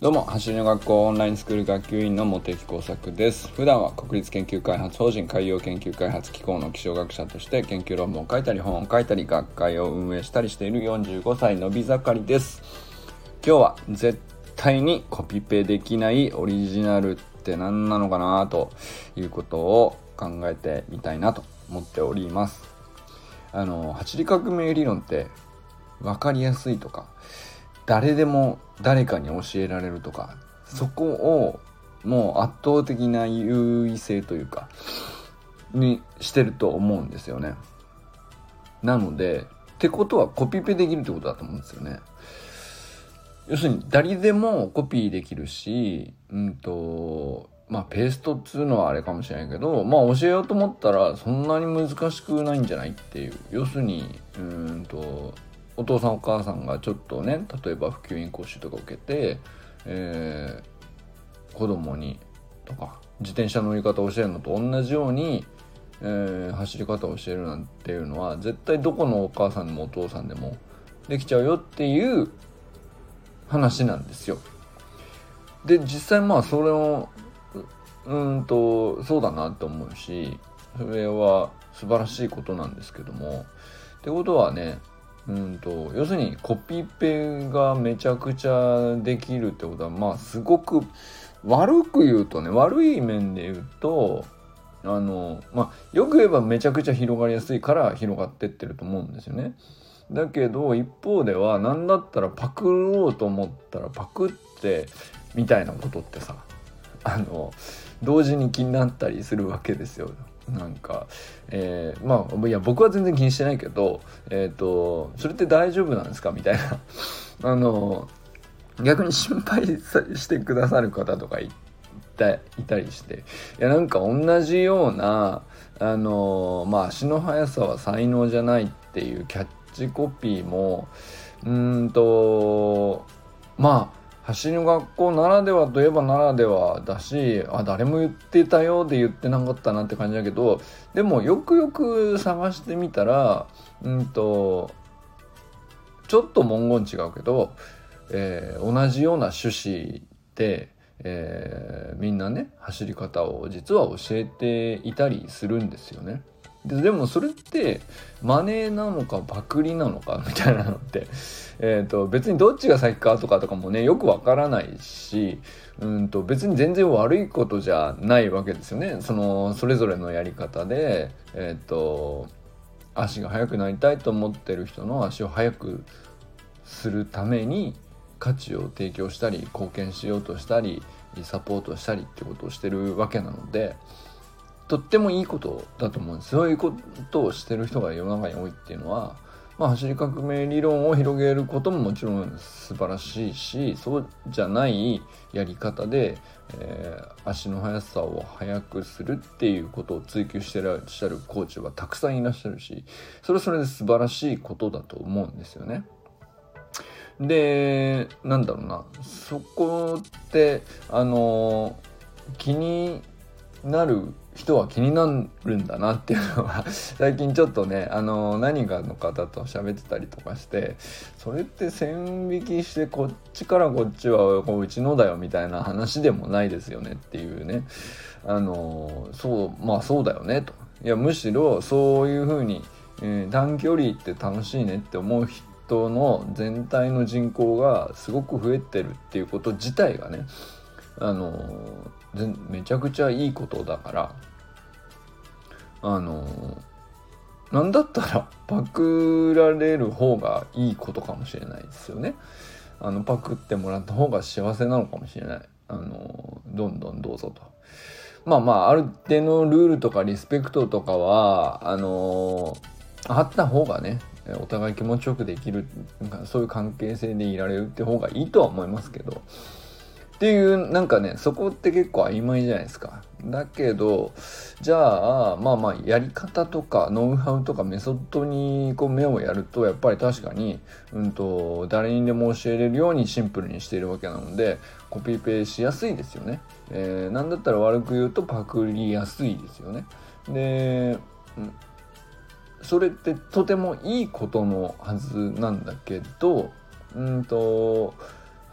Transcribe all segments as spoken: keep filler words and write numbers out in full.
どうも、走りの学校オンラインスクール学級委員の茂木耕作です。普段は国立研究開発法人海洋研究開発機構の気象学者として研究論文を書いたり本を書いたり学会を運営したりしているよんじゅうごさいのび盛りです。今日は絶対にコピペできないオリジナルって何なのかなということを考えてみたいなと思っております。あの走り革命理論って分かりやすいとか、誰でも誰かに教えられるとか、そこをもう圧倒的な優位性というかにしてると思うんですよね。なのでってことはコピペできるってことだと思うんですよね。要するに誰でもコピーできるし、うんとまあペーストっつうのはあれかもしれないけど、まあ教えようと思ったらそんなに難しくないんじゃないっていう。要するにうんとお父さんお母さんがちょっとね、例えば普及員講習とか受けて、えー、子供にとか自転車乗り方を教えるのと同じように、えー、走り方を教えるなんていうのは絶対どこのお母さんでもお父さんでもできちゃうよっていう話なんですよ。で実際まあそれをうんとそうだなと思うし、それは素晴らしいことなんですけども、ってことはね、うんと要するにコピペがめちゃくちゃできるってことは、まあすごく悪く言うとね、悪い面で言うとあのまあよく言えばめちゃくちゃ広がりやすいから広がってってると思うんですよね。だけど一方では何だったらパクろうと思ったらパクってみたいなことってさ、あの同時に気になったりするわけですよ。なんか、えー、まあいや僕は全然気にしてないけど、えっとそれって大丈夫なんですかみたいなあの逆に心配してくださる方とかいたいたりして、いやなんか同じようなあのまあ足の速さは才能じゃないっていうキャッチコピーもうーんとまあ走りの学校ならではといえばならではだし、あ誰も言ってたようで言ってなかったなって感じだけど、でもよくよく探してみたらうんとちょっと文言違うけど、えー、同じような趣旨で、えー、みんなね走り方を実は教えていたりするんですよね。で, でもそれってマネーなのかパクリなのかみたいなのって、えー、と別にどっちが先かとかとかもねよくわからないし、うんと別に全然悪いことじゃないわけですよね。そのそれぞれのやり方で、えー、と足が速くなりたいと思ってる人の足を速くするために価値を提供したり貢献しようとしたりサポートしたりってことをしてるわけなので、とってもいいことだと思うんです。そういうことをしてる人が世の中に多いっていうのは、まあ、走り革命理論を広げることももちろん素晴らしいし、そうじゃないやり方で、えー、足の速さを速くするっていうことを追求してらっしゃるコーチはたくさんいらっしゃるし、それはそれで素晴らしいことだと思うんですよね。でなんだろうな、そこってあの気になる人は気になるんだなっていうのは最近ちょっとねあの何かの方と喋ってたりとかして、それって線引きしてこっちからこっちはこううちのだよみたいな話でもないですよねっていうね、あのそうまあそうだよねと、いやむしろそういう風に、えー、短距離って楽しいねって思う人の全体の人口がすごく増えてるっていうこと自体がね、あのめちゃくちゃいいことだから、あのなんだったらパクられる方がいいことかもしれないですよね。あのパクってもらった方が幸せなのかもしれない。あのどんどんどうぞと。まあまあある程度のルールとかリスペクトとかはあのあった方がね、お互い気持ちよくできる、そういう関係性でいられるって方がいいとは思いますけど、っていうなんかね、そこって結構曖昧じゃないですか。だけどじゃあまあまあやり方とかノウハウとかメソッドにこう目をやると、やっぱり確かにうんと誰にでも教えれるようにシンプルにしているわけなのでコピペしやすいですよね。えー、なんだったら悪く言うとパクりやすいですよね。で、それってとてもいいことのはずなんだけど、うんと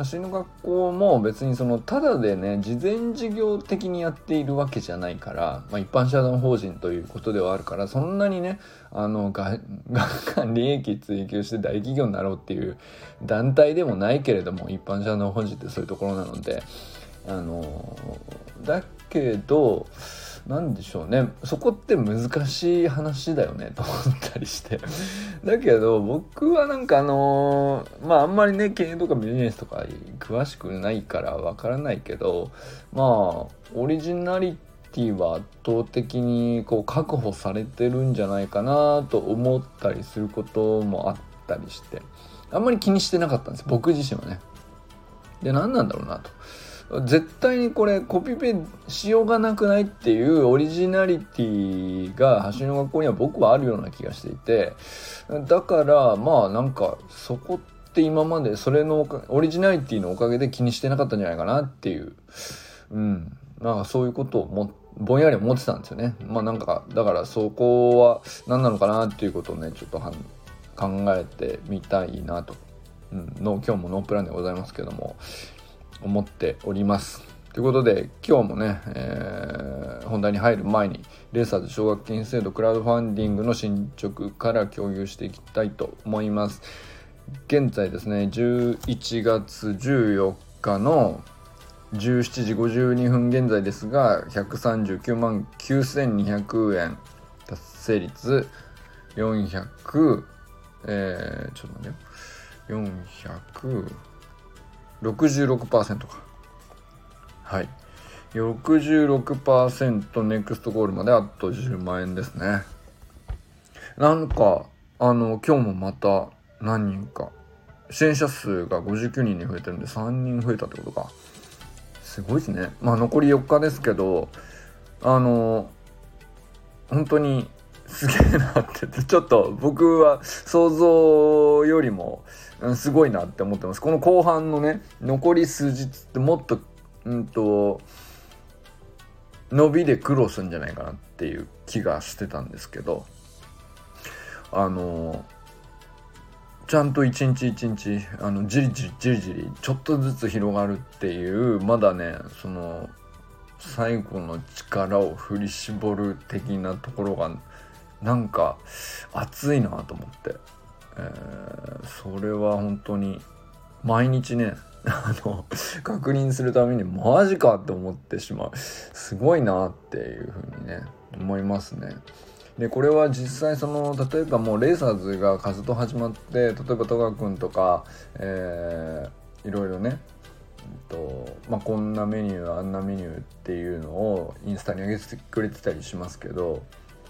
走りの学校も別にそのただでね事前事業的にやっているわけじゃないから、まあ、一般社団法人ということではあるから、そんなにねあのが学間利益追求して大企業になろうっていう団体でもないけれども、一般社団法人ってそういうところなので、あのだけどなんでしょうね、そこって難しい話だよねと思ったりしてだけど僕はなんかあのー、まああんまりね経営とかビジネスとか詳しくないからわからないけど、まあオリジナリティは圧倒的にこう確保されてるんじゃないかなと思ったりすることもあったりして、あんまり気にしてなかったんです僕自身はね。で、何なんだろうなと、絶対にこれコピペしようがなくないっていうオリジナリティが走りの学校には僕はあるような気がしていて、だからまあなんかそこって今までそれのオリジナリティのおかげで気にしてなかったんじゃないかなっていう、うんなんかそういうことをもぼんやり思ってたんですよね。まあなんかだからそこは何なのかなっていうことをねちょっとは考えてみたいなと、うん、の今日もノープランでございますけども思っております。ということで今日もね、えー、本題に入る前にレーサーズ奨学金制度クラウドファンディングの進捗から共有していきたいと思います。現在ですねじゅういちがつじゅうよっかのじゅうしちじごじゅうにふん現在ですがひゃくさんじゅうきゅうまんきゅうせんにひゃくえん達成率よんひゃく、えー、ちょっと待ってよよんひゃくろくじゅうろくパーセント か。はい。ろくじゅうろくパーセント ネクストゴールまであとじゅうまんえんですね。なんか、あの、今日もまた何人か、支援者数がごじゅうきゅうにんに増えてるんでさんにん増えたってことか。すごいですね。まあ残りよっかですけど、あの、本当にすげえなってちょっと僕は想像よりもすごいなって思ってます。この後半のね残り数日ってもっとうんと伸びで苦労するんじゃないかなっていう気がしてたんですけど、あのちゃんと一日一日あのじりじりじりじりちょっとずつ広がるっていう、まだねその最後の力を振り絞る的なところがなんか熱いなと思って、えー、それは本当に毎日ねあの確認するためにマジかって思ってしまう。すごいなっていうふうにね思いますね。でこれは実際その例えばもうレーサーズが活動始まって例えば戸川くんとか、えー、いろいろねとまあ、こんなメニューあんなメニューっていうのをインスタに上げてくれてたりしますけど、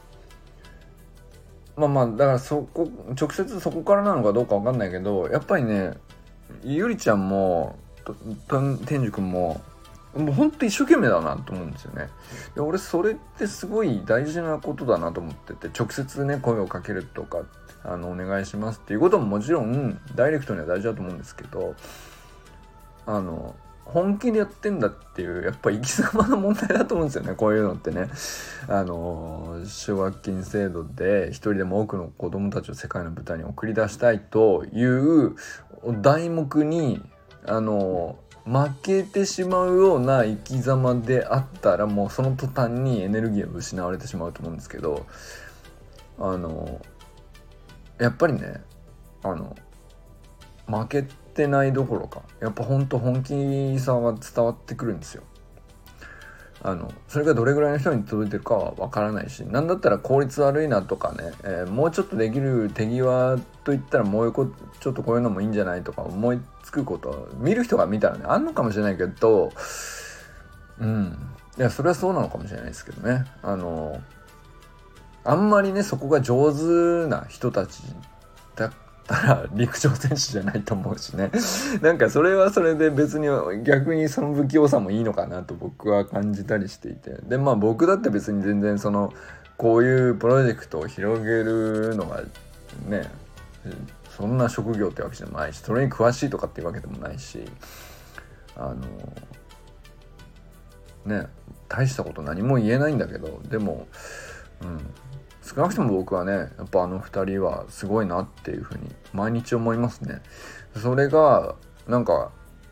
まあまあだからそこ直接そこからなのかどうかわかんないけど、やっぱりねゆりちゃんも天竺くんももうほんと一生懸命だなと思うんですよね。で俺それってすごい大事なことだなと思ってて、直接ね声をかけるとかあのお願いしますっていうことももちろんダイレクトには大事だと思うんですけど、あの本気でやってんだっていうやっぱ生き様の問題だと思うんですよね。こういうのってねあの奨学金制度で一人でも多くの子どもたちを世界の舞台に送り出したいという題目にあの負けてしまうような生き様であったらもうその途端にエネルギーを失われてしまうと思うんですけど、あのやっぱりねあの負けてないどころかやっぱほんと本気さが伝わってくるんですよ。あのそれがどれぐらいの人に届いてるかはわからないし、なんだったら効率悪いなとかね、えー、もうちょっとできる手際といったらもうちょっとこういうのもいいんじゃないとか思いつくことは見る人が見たらねあんのかもしれないけど、うんいやそれはそうなのかもしれないですけどね、あのあんまりねそこが上手な人たちだったら陸上選手じゃないと思うしねなんかそれはそれで別に逆にその不器用さもいいのかなと僕は感じたりしていて、でまあ僕だって別に全然そのこういうプロジェクトを広げるのがねそんな職業ってわけじゃないし、それに詳しいとかっていうわけでもないし、あのね大したこと何も言えないんだけど、でもうん少なくとも僕はねやっぱあのふたりはすごいなっていうふうに毎日思いますね。それがなんか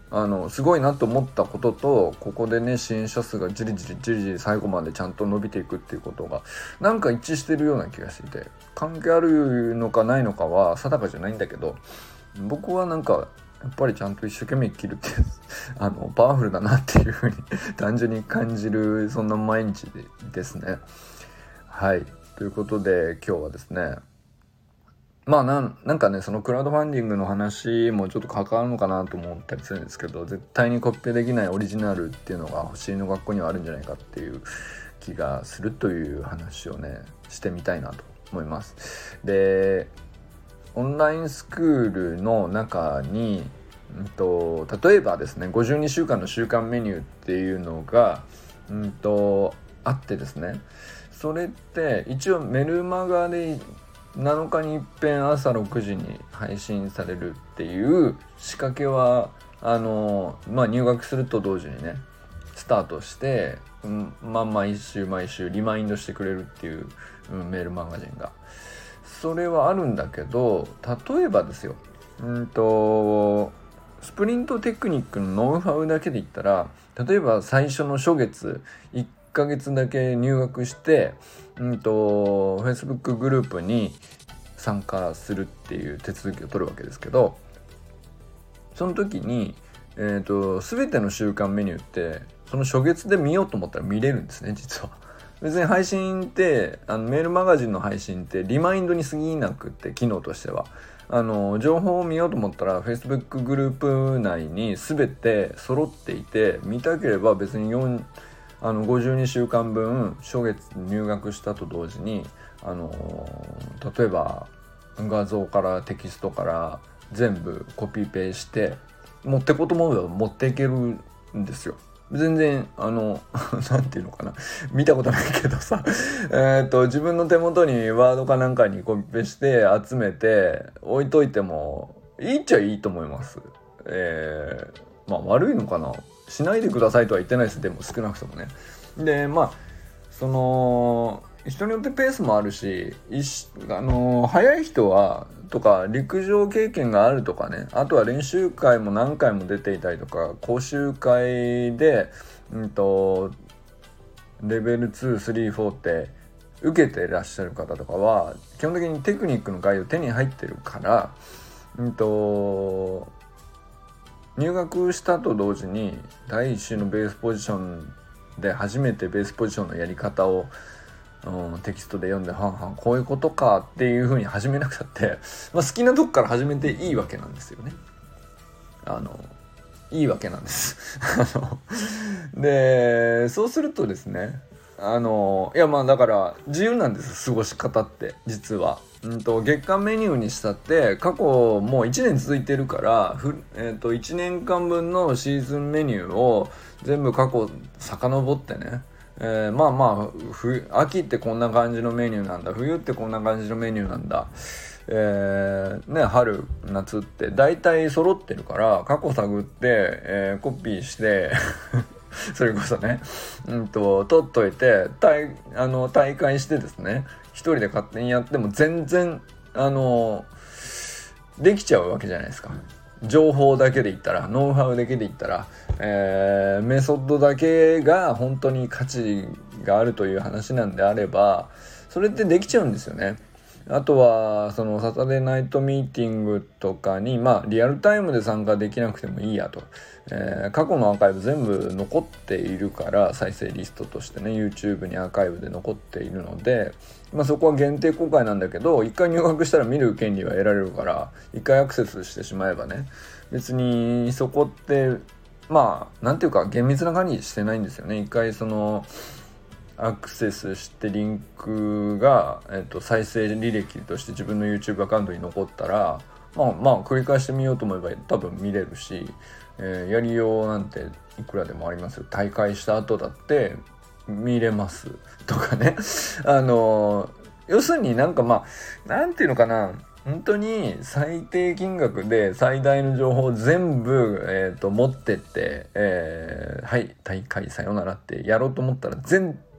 あのすごいなと思ったことと、ここでね支援者数がじりじりじりじり最後までちゃんと伸びていくっていうことがなんか一致してるような気がしていて、関係あるのかないのかは定かじゃないんだけど、僕はなんかやっぱりちゃんと一生懸命生きるってあのパワフルだなっていうふうに単純に感じる、そんな毎日でですね。はい、ということで今日はですね、まあなん、なんかねそのクラウドファンディングの話もちょっと関わるのかなと思ったりするんですけど、絶対にコピペできないオリジナルっていうのが星の学校にはあるんじゃないかっていう気がするという話をねしてみたいなと思います。でオンラインスクールの中に、うんと、例えばですねごじゅうにしゅうかんの週間メニューっていうのが、うんと、あってですね、それって一応メルマガでなのかに一遍朝ろくじに配信されるっていう仕掛けはあの、まあ、入学すると同時にねスタートして、うん、まあ毎週毎週リマインドしてくれるっていう、うん、メールマガジンがそれはあるんだけど、例えばですよ、うんとスプリントテクニックのノウハウだけで言ったら、例えば最初の初月いっかげつだけ入学して、うんと Facebook グループに参加するっていう手続きを取るわけですけど、その時に、えーと、全ての週間メニューってその初月で見ようと思ったら見れるんですね。実は別に配信ってあのメールマガジンの配信ってリマインドに過ぎなくって、機能としてはあの情報を見ようと思ったら Facebook グループ内に全て揃っていて、見たければ別によんあのごじゅうにしゅうかんぶん初月入学したと同時にあの例えば画像からテキストから全部コピペして持ってこうと思えば持っていけるんですよ。全然あのなんていうのかな、見たことないけどさえっと自分の手元にワードかなんかにコピペして集めて置いといてもいいっちゃいいと思います。えー、まあ悪いのかな、しないでくださいとは言ってないです。でも少なくともね。でまあその人によってペースもあるし、あの早い人はとか陸上経験があるとかね、あとは練習会も何回も出ていたりとか講習会で、うんと、レベルに、さん、よんって受けてらっしゃる方とかは基本的にテクニックの概要手に入ってるから、うんと、入学したと同時に第一週のベースポジションで初めてベースポジションのやり方をうん、テキストで読んではんはんこういうことかっていう風に始めなくたって、まあ、好きなとこから始めていいわけなんですよね。あのいいわけなんですあのでそうするとですね、あのいやまあだから自由なんです、過ごし方って実は。うんと月間メニューにしたって過去もういちねん続いてるからふ、えー、といちねんかんぶんのシーズンメニューを全部過去遡ってね、えー、まあまあ冬秋ってこんな感じのメニューなんだ、冬ってこんな感じのメニューなんだ、えーね、春夏って大体揃ってるから過去探って、えー、コピーしてそれこそね、うんと取っといて大あの大会してですね、一人で勝手にやっても全然あのできちゃうわけじゃないですか。情報だけで言ったら、ノウハウだけで言ったら、えー、メソッドだけが本当に価値があるという話なんであれば、それってできちゃうんですよね。あとはそのサタデーナイトミーティングとかにまあリアルタイムで参加できなくてもいいやと、えー、過去のアーカイブ全部残っているから再生リストとしてね YouTube にアーカイブで残っているので、まあ、そこは限定公開なんだけど一回入学したら見る権利は得られるから一回アクセスしてしまえばね、別にそこってまあなんていうか厳密な管理してないんですよね。一回そのアクセスしてリンクが、えっと、再生履歴として自分の YouTube アカウントに残ったらまあまあ繰り返してみようと思えば多分見れるし、えー、やりようなんていくらでもありますよ。大会した後だって見れますとかねあの要するになんかまあなんていうのかな、本当に最低金額で最大の情報を全部、えー、と持ってって、えー、はい大会さよならってやろうと思ったら全然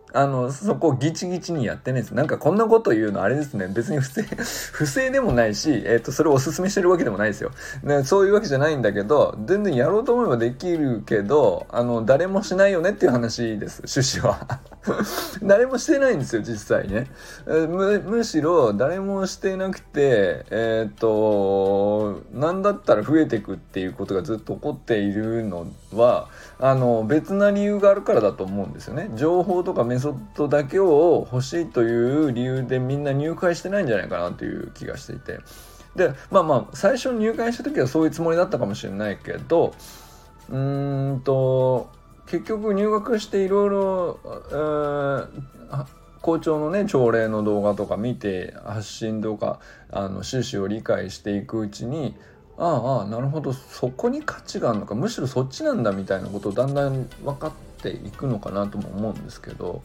あのそこをギチギチにやってないです。なんかこんなこと言うのあれですね、別に不正不正でもないし、えー、とそれをおすすめしてるわけでもないですよ、ね、そういうわけじゃないんだけど、全然やろうと思えばできるけど、あの誰もしないよねっていう話です、趣旨は誰もしてないんですよ実際ね。む, むしろ誰もしてなくて、えっ、ー、となんだったら増えていくっていうことがずっと起こっているのは、あの別な理由があるからだと思うんですよね。情報とかメソッドだけを欲しいという理由でみんな入会してないんじゃないかなという気がしていて、でまあまあ最初に入会した時はそういうつもりだったかもしれないけど、うーんと結局入学していろいろ校長のね朝礼の動画とか見て、発信とかあの趣旨を理解していくうちに、ああなるほど、そこに価値があるのか、むしろそっちなんだみたいなことをだんだん分かっていくのかなとも思うんですけど、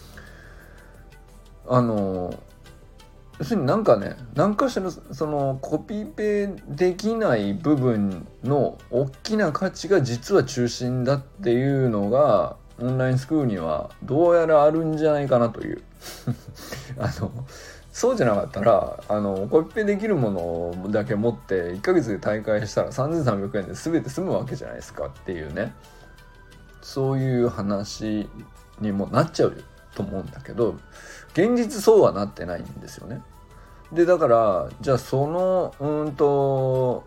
あの要するになんかね、何かしらそのコピペできない部分の大きな価値が実は中心だっていうのがオンラインスクールにはどうやらあるんじゃないかなというあのそうじゃなかったら、あのコピペできるものだけ持っていっかげつで大会したらさんぜんさんびゃくえんで全て済むわけじゃないですかっていうね、そういう話にもなっちゃうと思うんだけど、現実そうはなってないんですよね。でだからじゃあそのうんと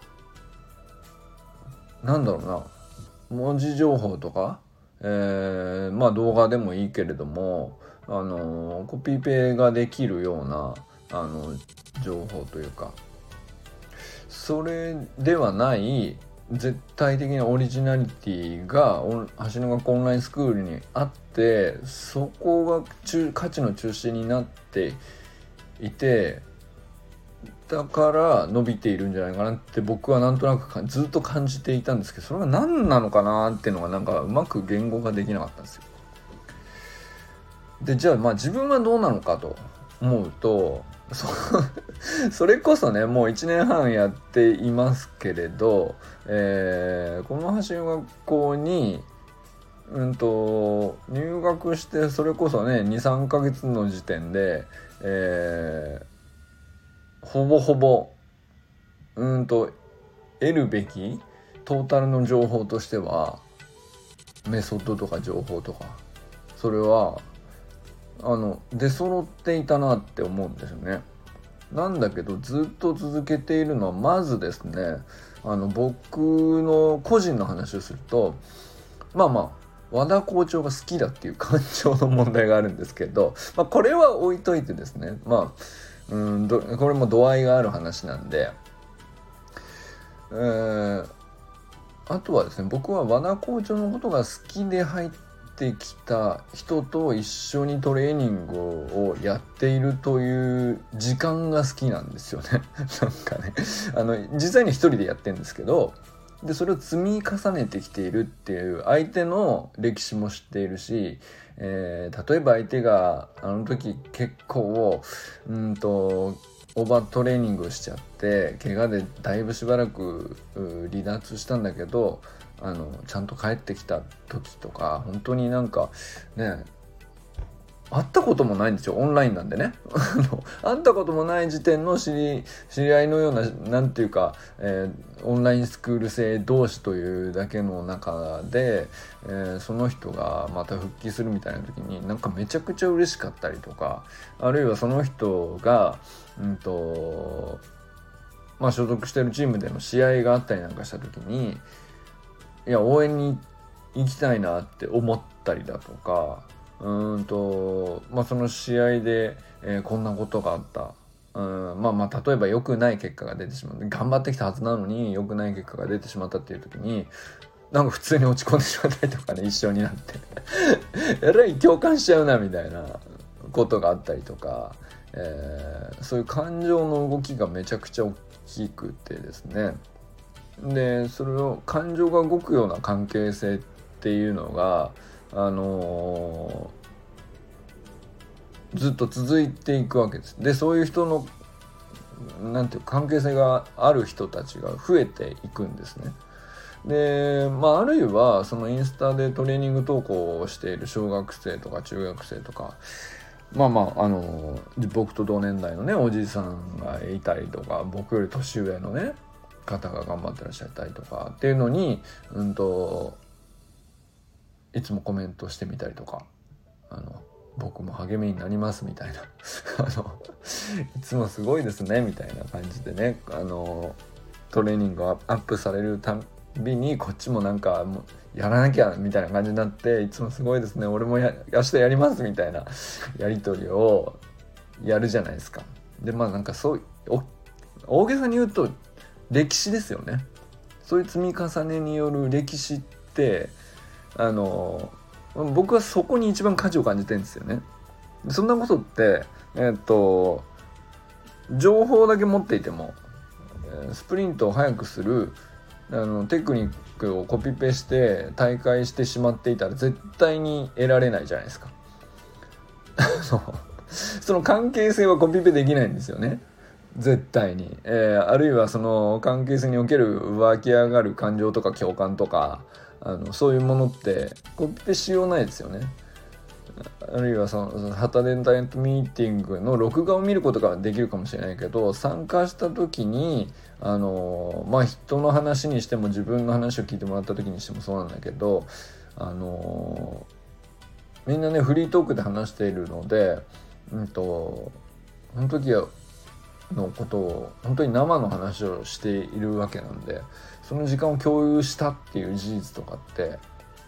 なんだろうな、文字情報とか、えー、まあ動画でもいいけれども、あのコピペができるようなあの情報というか、それではない絶対的なオリジナリティが橋の学校オンラインスクールにあって、そこが中価値の中心になっていて、だから伸びているんじゃないかなって僕はなんとなくずっと感じていたんですけど、それが何なのかなっていうのがなんかうまく言語ができなかったんですよ。でじゃあまあ自分はどうなのかと思うと、 そ, それこそねもういちねんはんやっていますけれど、えー、この橋の学校にうんと入学してそれこそね にさんかげつの時点で、えー、ほぼほぼうんと得るべきトータルの情報としては、メソッドとか情報とかそれはあの出揃っていたなって思うんですよね。なんだけどずっと続けているのはまずですね、あの僕の個人の話をすると、まあまあ和田校長が好きだっていう感情の問題があるんですけど、まあ、これは置いといてですね、まあうんどこれも度合いがある話なんで、えー、あとはですね、僕は和田校長のことが好きで入ってきた人と一緒にトレーニングをやっているという時間が好きなんですよねなんかね、あの実際に一人でやってるんですけど、でそれを積み重ねてきているっていう相手の歴史も知っているし、えー、例えば相手があの時結構うんとオーバートレーニングをしちゃって怪我でだいぶしばらく離脱したんだけど、あのちゃんと帰ってきた時とか本当になんかね、会ったこともないんですよ、オンラインなんでね会ったこともない時点の知り、知り合いのようななんていうか、えー、オンラインスクール生同士というだけの中で、えー、その人がまた復帰するみたいな時になんかめちゃくちゃ嬉しかったりとか、あるいはその人がうんとまあ所属してるチームでの試合があったりなんかした時に、いや応援に行きたいなって思ったりだとか、うーんとまあその試合で、えー、こんなことがあった、うんまあまあ例えば良くない結果が出てしまう、頑張ってきたはずなのに良くない結果が出てしまったっていう時になんか普通に落ち込んでしまったりとかね、一緒になってえらい共感しちゃうなみたいなことがあったりとか、えー、そういう感情の動きがめちゃくちゃ大きくてですね、でそれを感情が動くような関係性っていうのがあのー、ずっと続いていくわけです。でそういう人のなんていう関係性がある人たちが増えていくんですね。 で、まあ、あるいはそのインスタでトレーニング投稿をしている小学生とか中学生とか、まあまああの僕と同年代のねおじいさんがいたりとか、僕より年上のね方が頑張ってらっしゃったりとかっていうのに、うんといつもコメントしてみたりとか、あの僕も励みになりますみたいなあのいつもすごいですねみたいな感じでね、あのトレーニングがアップされるたびにこっちもなんかもうやらなきゃみたいな感じになって、いつもすごいですね、俺もや明日やりますみたいなやり取りをやるじゃないですか。でまあなんかそう大げさに言うと歴史ですよね。そういう積み重ねによる歴史って、あの僕はそこに一番価値を感じてるんですよね。そんなことってえっと情報だけ持っていてもスプリントを速くするあのテクニックをコピペして大会してしまっていたら絶対に得られないじゃないですかその関係性はコピペできないんですよね、絶対に、えー、あるいはその関係性における湧き上がる感情とか共感とか、あのそういうものってコピペしようないですよね。あるいはその、そのハタデンタイントミーティングの録画を見ることができるかもしれないけど、参加した時にあのまあ人の話にしても自分の話を聞いてもらった時にしてもそうなんだけど、あのみんなねフリートークで話しているので、うんとその時のことを本当に生の話をしているわけなんで、その時間を共有したっていう事実とかって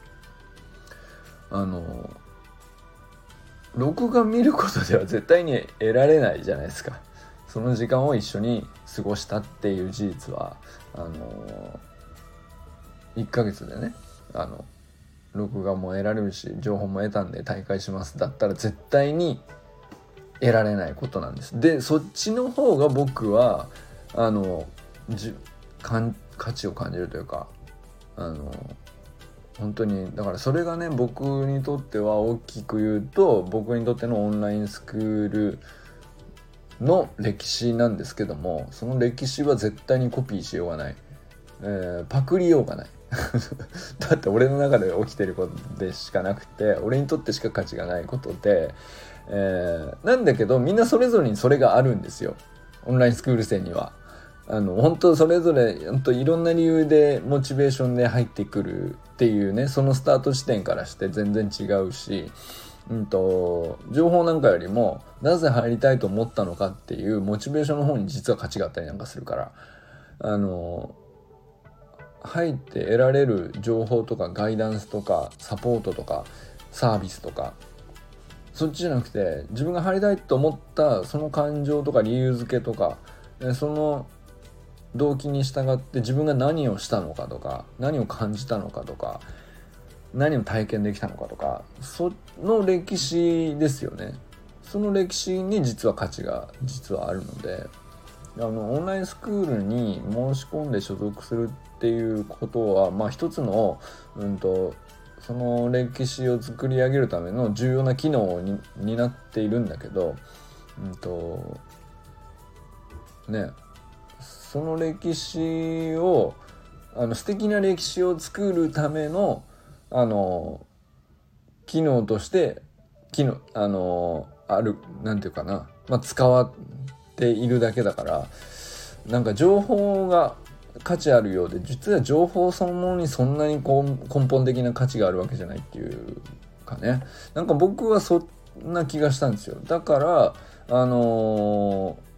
あの録画見ることでは絶対に得られないじゃないですか。その時間を一緒に過ごしたっていう事実はあのいっかげつでね、あの録画も得られるし情報も得たんで大会しますだったら絶対に得られないことなんです。でそっちの方が僕はあのじかん価値を感じるというか、あの本当にだからそれがね僕にとっては大きく言うと僕にとってのオンラインスクールの歴史なんですけども、その歴史は絶対にコピーしようがない、えー、パクりようがないだって俺の中で起きてることでしかなくて、俺にとってしか価値がないことで、えー、なんだけどみんなそれぞれにそれがあるんですよ、オンラインスクール生には。あの本当それぞれ本当いろんな理由でモチベーションで入ってくるっていうね、そのスタート地点からして全然違うし、うんと情報なんかよりもなぜ入りたいと思ったのかっていうモチベーションの方に実は価値があったりなんかするから、あの入って得られる情報とかガイダンスとかサポートとかサービスとか、そっちじゃなくて自分が入りたいと思ったその感情とか理由付けとか、その動機に従って自分が何をしたのかとか何を感じたのかとか何を体験できたのかとか、その歴史ですよね。その歴史に実は価値が実はあるので、あのオンラインスクールに申し込んで所属するっていうことはまあ一つのうんとその歴史を作り上げるための重要な機能に担っているんだけど、うんとねその歴史をあの素敵な歴史を作るためのあの機能として機能あのあるなんていうかな、まあ、使わっているだけだから、なんか情報が価値あるようで実は情報そのものにそんなにこう根本的な価値があるわけじゃないっていうかね、なんか僕はそんな気がしたんですよ。だからあのー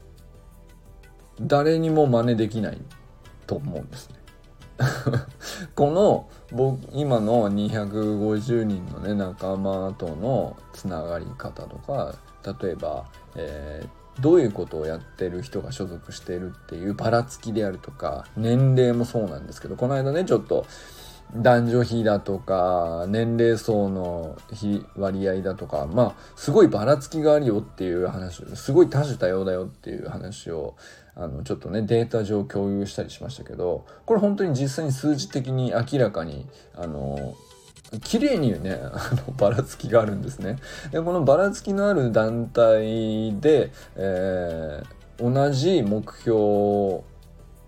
誰にも真似できないと思うんですねこの僕今のにひゃくごじゅうにんのね仲間とのつながり方とか、例えば、えー、どういうことをやってる人が所属しているっていうばらつきであるとか、年齢もそうなんですけど、この間ねちょっと男女比だとか年齢層の比割合だとか、まあすごいばらつきがあるよっていう話、すごい多種多様だよっていう話をあのちょっとねデータ上共有したりしましたけど、これ本当に実際に数字的に明らかにあの綺麗にねあのばらつきがあるんですね。でこのばらつきのある団体で、えー、同じ目標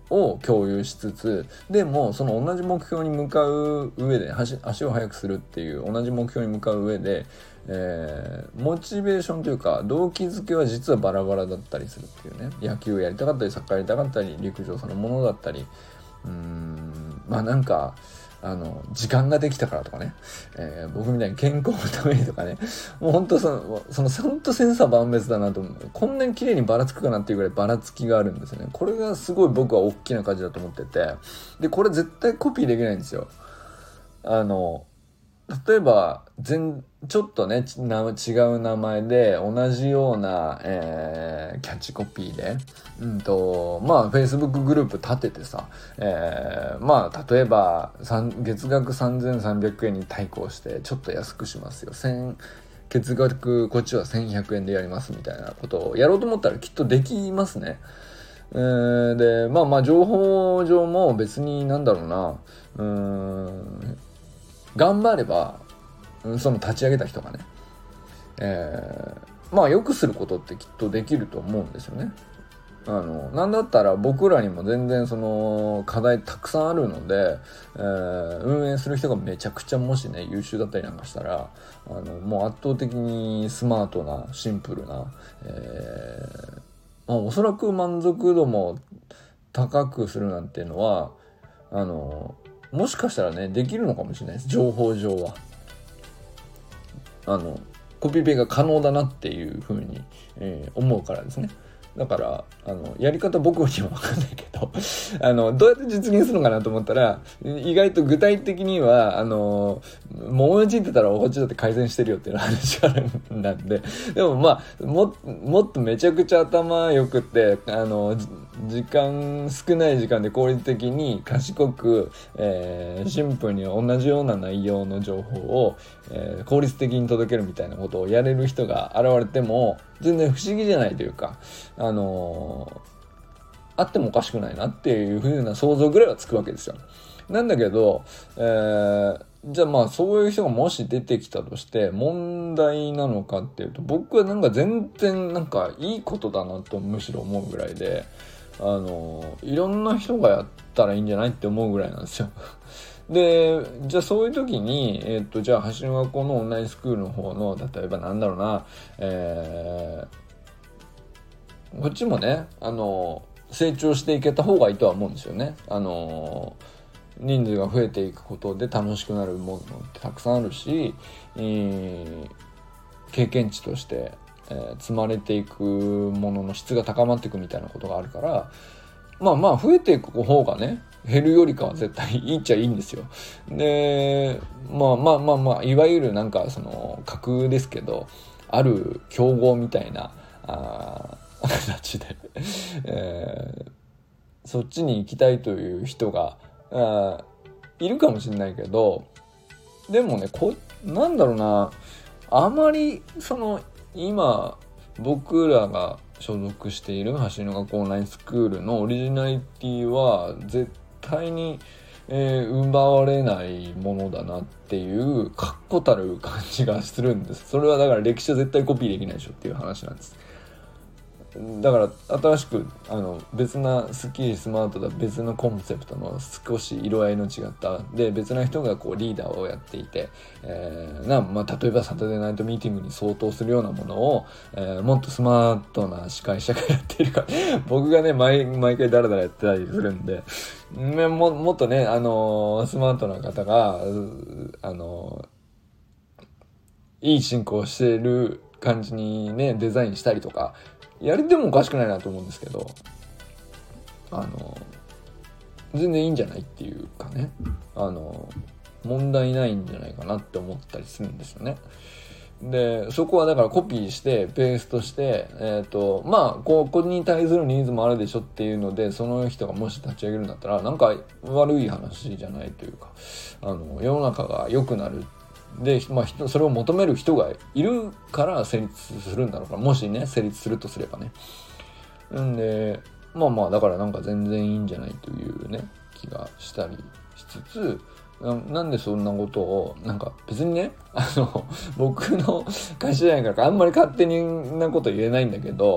を共有しつつ、でもその同じ目標に向かう上で足、足を速くするっていう同じ目標に向かう上で、えー、モチベーションというか動機づけは実はバラバラだったりするっていうね。野球やりたかったりサッカーやりたかったり陸上そのものだったり、うーんまあなんかあの時間ができたからとかね、えー、僕みたいに健康のためにとかね、もうほんとそのそのほんと千差万別だなと思う。こんなに綺麗にばらつくかなっていうぐらいばらつきがあるんですよね。これがすごい僕は大きな価値だと思ってて、でこれ絶対コピーできないんですよ。あの例えば全ちょっとねな違う名前で同じような、えー、キャッチコピーで、うんとまあ Facebook グループ立ててさ、えー、まあ例えば月額さんぜんさんびゃくえんに対抗してちょっと安くしますよ、月額こっちはせんひゃくえんでやりますみたいなことをやろうと思ったらきっとできますね。えー、でまあまあ情報上も別になんだろうな、うーん頑張ればその立ち上げた人がね、えー、まあよくすることってきっとできると思うんですよね。あのなんだったら僕らにも全然その課題たくさんあるので、えー、運営する人がめちゃくちゃもしね優秀だったりなんかしたら、あのもう圧倒的にスマートなシンプルな、えーまあ、おそらく満足度も高くするなんていうのはあのもしかしたらねできるのかもしれないです。情報上はあのコピペが可能だなっていうふうに、えー、思うからですね。だからあのやり方僕には分かんないけどあのどうやって実現するのかなと思ったら、意外と具体的にはあのもう思いついてたらこっちだって改善してるよっていう話があるんなんで、でもまあ も, もっとめちゃくちゃ頭よくってあの時間少ない時間で効率的に賢く、えー、シンプルに同じような内容の情報を、えー、効率的に届けるみたいなことをやれる人が現れても全然不思議じゃないというか、あのー、あってもおかしくないなっていう風な想像ぐらいはつくわけですよ。なんだけど、えー、じゃあまあそういう人がもし出てきたとして問題なのかっていうと、僕はなんか全然なんかいいことだなとむしろ思うぐらいで、あのー、いろんな人がやったらいいんじゃないって思うぐらいなんですよ。でじゃあそういう時に、えー、っとじゃあ橋の学校のオンラインスクールの方の例えばなんだろうな、えー、こっちもねあの成長していけた方がいいとは思うんですよね。あの人数が増えていくことで楽しくなるものってたくさんあるし、えー、経験値として、えー、積まれていくものの質が高まっていくみたいなことがあるから、まあまあ増えていく方がね減るよりかは絶対いいっちゃいいんですよ。でまあまあまあまあいわゆるなんかその架空ですけどある競合みたいなあ形で、えー、そっちに行きたいという人があいるかもしれないけど、でもねこなんだろうな、あまりその今僕らが所属している橋の学校オンラインスクールのオリジナリティは絶対に、えー、奪われないものだなっていう確固たる感じがするんです。それはだから歴史は絶対コピーできないでしょっていう話なんです。だから新しくあの別なスッキリスマートだ別のコンセプトの少し色合いの違ったで別な人がこうリーダーをやっていて、えーなまあ、例えばサタデーナイトミーティングに相当するようなものを、えー、もっとスマートな司会者がやっているから僕がね 毎, 毎回ダラダラやってたりするんで、も, もっとね、あのー、スマートな方が、あのー、いい進行してる感じにねデザインしたりとかやりてもおかしくないなと思うんですけど、あの全然いいんじゃないっていうかね、あの問題ないんじゃないかなって思ったりするんですよね。でそこはだからコピーしてペーストして、えーとまあここに対するニーズもあるでしょっていうのでその人がもし立ち上げるんだったらなんか悪い話じゃないというか、あの世の中が良くなるで、まあ、それを求める人がいるから成立するんだろうから、もしね成立するとすればね。んでまあまあだからなんか全然いいんじゃないというね気がしたりしつつ、な, なんでそんなことをなんか別にねあの僕の会社じゃないからあんまり勝手になこと言えないんだけど、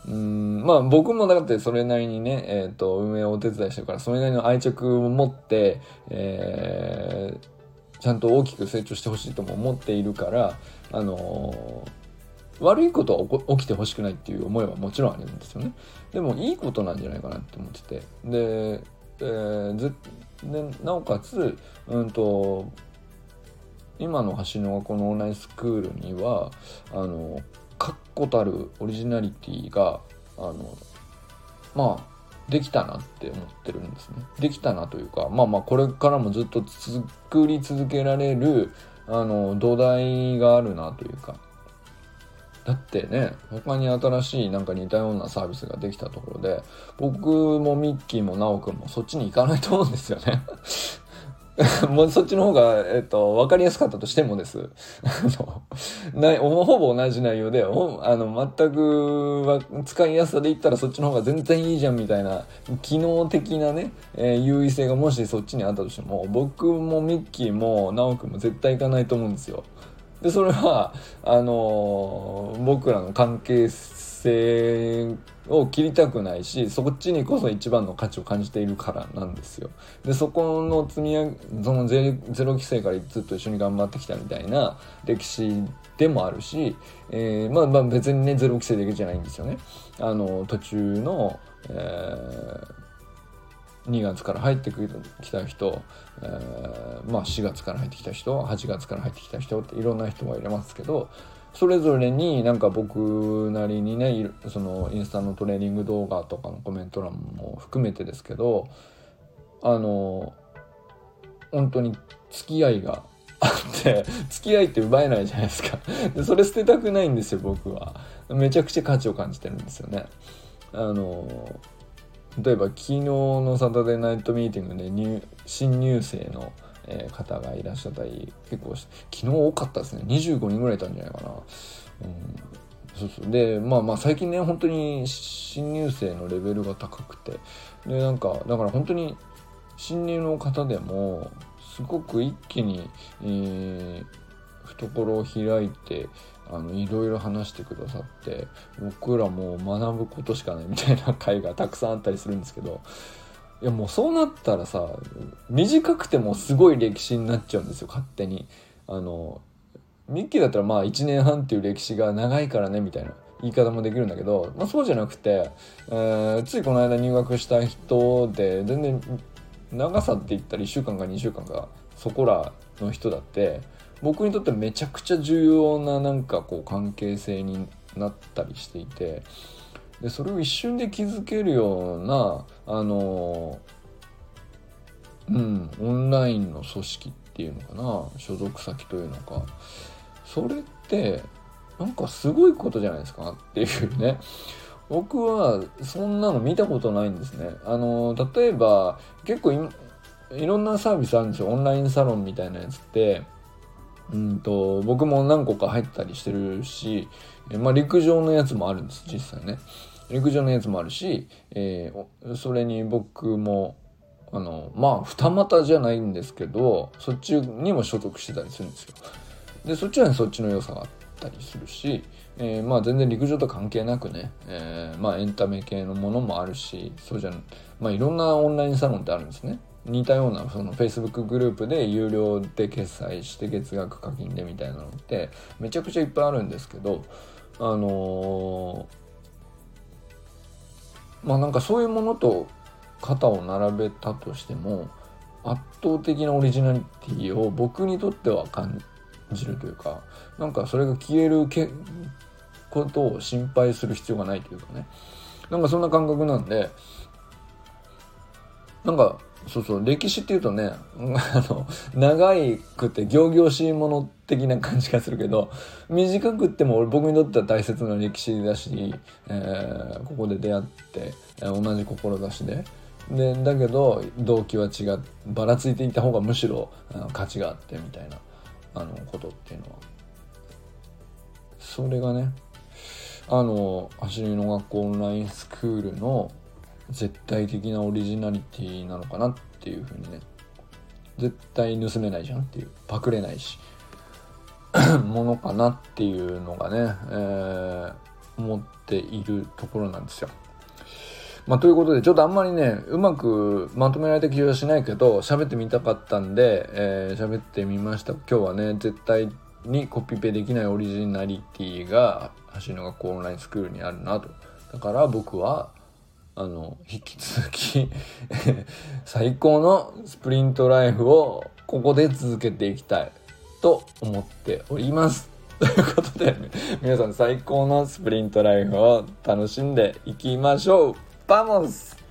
うーんまあ僕もだってそれなりにね、えー、と運営をお手伝いしてるから、それなりの愛着を持って、えー、ちゃんと大きく成長してほしいとも思っているから、あのー、悪いことは起きてほしくないっていう思いはもちろんあるんですよね。でもいいことなんじゃないかなって思ってて、で、えー、ずでなおかつ、うんと今の橋の学校のオンラインスクールにはあの確固たるオリジナリティがあのまあできたなって思ってるんですね。できたなというか、まあまあこれからもずっと作り続けられるあの土台があるなというか。だってね、他に新しいなんか似たようなサービスができたところで、僕もミッキーもナオくんもそっちに行かないと思うんですよね。もうそっちの方が、えっと、分かりやすかったとしてもです。なほぼ同じ内容で、ほあの全くは使いやすさで言ったらそっちの方が全然いいじゃんみたいな機能的なね、えー、優位性がもしそっちにあったとしても、僕もミッキーもナオくんも絶対行かないと思うんですよ。でそれはあのー、僕らの関係性を切りたくないし、そっちにこそ一番の価値を感じているからなんですよ。でそこの積み上げ、そのゼゼロ規制からずっと一緒に頑張ってきたみたいな歴史でもあるし、えー、まあまあ別にねゼロ規制だけじゃないんですよね。あの途中の、えーにがつから入ってきた人、えー、まあしがつから入ってきた人、はちがつから入ってきた人っていろんな人がいますけど、それぞれになんか僕なりにね、そのインスタのトレーニング動画とかのコメント欄も含めてですけど、あの本当に付き合いがあって付き合いって奪えないじゃないですか。でそれ捨てたくないんですよ。僕はめちゃくちゃ価値を感じてるんですよね。あの例えば昨日のサタデーナイトミーティングで入新入生の方がいらっしゃったり、結構昨日多かったですね。にじゅうごにんぐらいいたんじゃないかな。うん、そうそう。でまあまあ最近ね本当に新入生のレベルが高くて、でなんかだから本当に新入の方でもすごく一気に、えー、懐を開いてあのいろいろ話してくださって、僕らも学ぶことしかないみたいな回がたくさんあったりするんですけど、いやもうそうなったらさ、短くてもすごい歴史になっちゃうんですよ。勝手にあのミッキーだったらまあいちねんはんっていう歴史が長いからねみたいな言い方もできるんだけど、まあ、そうじゃなくて、えー、ついこの間入学した人で全然長さって言ったらいっしゅうかんかにしゅうかんかそこらの人だって僕にとってめちゃくちゃ重要ななんかこう関係性になったりしていて、でそれを一瞬で気づけるようなあのうんオンラインの組織っていうのかな、所属先というのか、それってなんかすごいことじゃないですかっていうね。僕はそんなの見たことないんですね。あの例えば結構 い, いろんなサービスあるんですよ。オンラインサロンみたいなやつってうんと僕も何個か入ったりしてるし、まあ、陸上のやつもあるんです実際ね。陸上のやつもあるし、えー、それに僕もあのまあ二股じゃないんですけどそっちにも所属してたりするんですよ。でそっちは、ね、そっちの良さがあったりするし、えー、まあ全然陸上と関係なくね、えー、まあエンタメ系のものもあるし、そうじゃんまあいろんなオンラインサロンってあるんですね。似たようなその Facebook グループで有料で決済して月額課金でみたいなのってめちゃくちゃいっぱいあるんですけど、あのー、まあなんかそういうものと肩を並べたとしても圧倒的なオリジナリティを僕にとっては感じるというか、なんかそれが消えるけことを心配する必要がないというかね、なんかそんな感覚なんで、なんかそうそう歴史っていうとねあの長くて仰々しいもの的な感じがするけど、短くっても俺僕にとっては大切な歴史だし、えー、ここで出会って、えー、同じ志ででだけど動機は違う、ばらついていた方がむしろあの価値があってみたいなあのことっていうのは、それがねあの走りの学校オンラインスクールの絶対的なオリジナリティなのかなっていう風にね、絶対盗めないじゃんっていう、パクれないしものかなっていうのがね、えー、 思っているところなんですよ。まあ、ということでちょっとあんまりねうまくまとめられた気がしないけど喋ってみたかったんで、えー、喋ってみました。今日はね絶対にコピペできないオリジナリティが走りの学校オンラインスクールにあるなと。だから僕はあの引き続き最高のスプリントライフをここで続けていきたいと思っておりますということで皆さん最高のスプリントライフを楽しんでいきましょう。バモス。